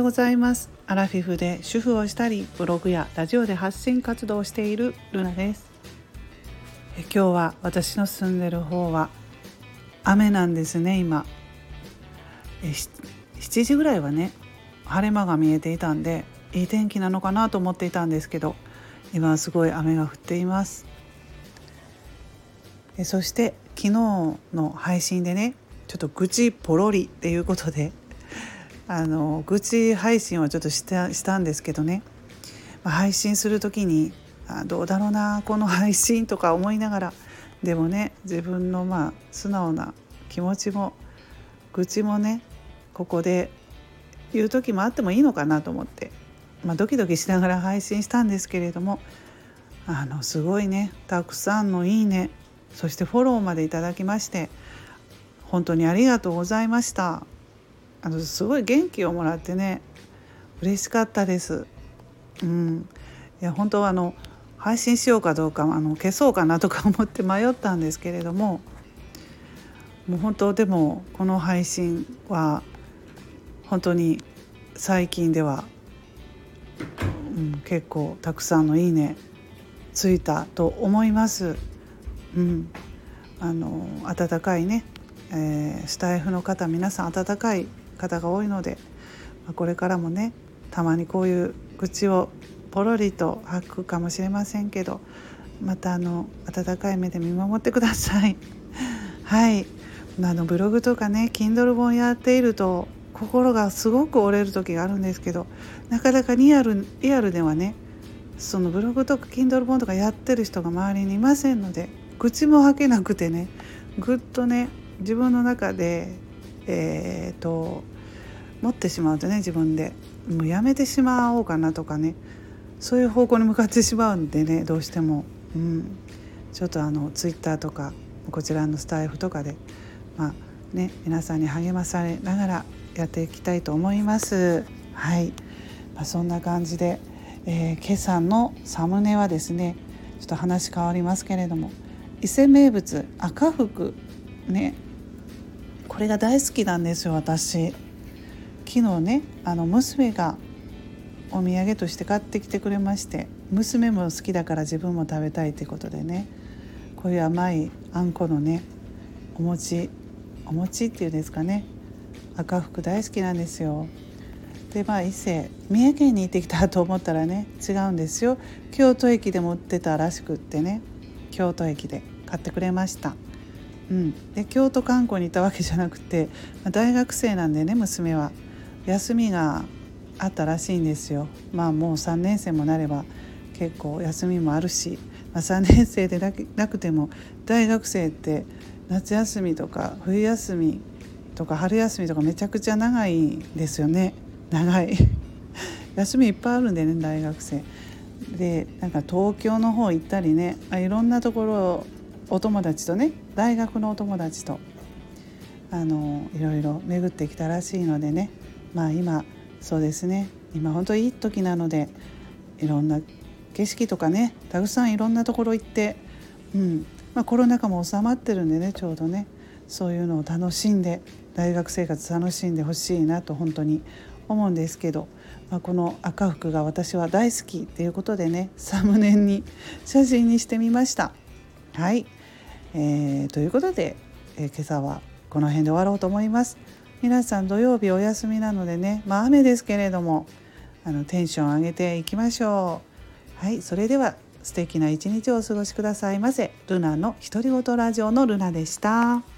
ようございます。アラフィフで主婦をしたりブログやラジオで発信活動をしているルナです。今日は私の住んでる方は雨なんですね。今7時ぐらいはね晴れ間が見えていたんでいい天気なのかなと思っていたんですけど、今はすごい雨が降っています。そして昨日の配信でねちょっと愚痴ポロリっていうことで愚痴配信をちょっとしたんですけどね、配信する時にどうだろうなこの配信とか思いながら、でもね自分の素直な気持ちも愚痴もねここで言う時もあってもいいのかなと思って、ドキドキしながら配信したんですけれども、すごいねたくさんのいいね、そしてフォローまでいただきまして本当にありがとうございました。すごい元気をもらってね嬉しかったです。いや本当は配信しようかどうか消そうかなとか思って迷ったんですけれども、もう本当でもこの配信は本当に最近では、結構たくさんのいいねついたと思います。温かいね、スタイフの方皆さん温かい方が多いので、これからもねたまにこういう愚痴をポロリと吐くかもしれませんけど、また温かい目で見守ってくださいはい、ブログとかね Kindle 本やっていると心がすごく折れる時があるんですけど、なかなかリアルではねそのブログとか Kindle 本とかやってる人が周りにいませんので、愚痴も吐けなくてねぐっとね自分の中で持ってしまうとね自分でもうやめてしまおうかなとかね、そういう方向に向かってしまうんでねどうしても、ちょっとツイッターとかこちらのスタイフとかで皆さんに励まされながらやっていきたいと思います。はい、そんな感じで、今朝のサムネはですねちょっと話変わりますけれども、伊勢名物赤福ね、これが大好きなんですよ私。昨日ね娘がお土産として買ってきてくれまして、娘も好きだから自分も食べたいということでね、こういう甘いあんこのねお餅っていうんですかね、赤福大好きなんですよ。で伊勢三重県に行ってきたと思ったらね違うんですよ。京都駅でも売ってたらしくってね、京都駅で買ってくれました。で京都観光に行ったわけじゃなくて、大学生なんでね娘は休みがあったらしいんですよ。もう3年生もなれば結構休みもあるし、3年生でなくても大学生って夏休みとか冬休みとか春休みとかめちゃくちゃ長いんですよね。長い休みいっぱいあるんでね大学生で、東京の方行ったりね、いろんなところお友達とね大学のお友達といろいろ巡ってきたらしいのでね、今そうですね今本当にいい時なのでいろんな景色とかねたくさんいろんなところ行って、コロナ禍も収まってるんでねちょうどねそういうのを楽しんで大学生活楽しんでほしいなと本当に思うんですけど、この赤福が私は大好きっていうことでねサムネに写真にしてみました。はい、ということで、今朝はこの辺で終わろうと思います。皆さん土曜日お休みなのでね、雨ですけれどもテンション上げていきましょう。はい、それでは素敵な一日をお過ごしくださいませ。ルナの独り言ラジオのルナでした。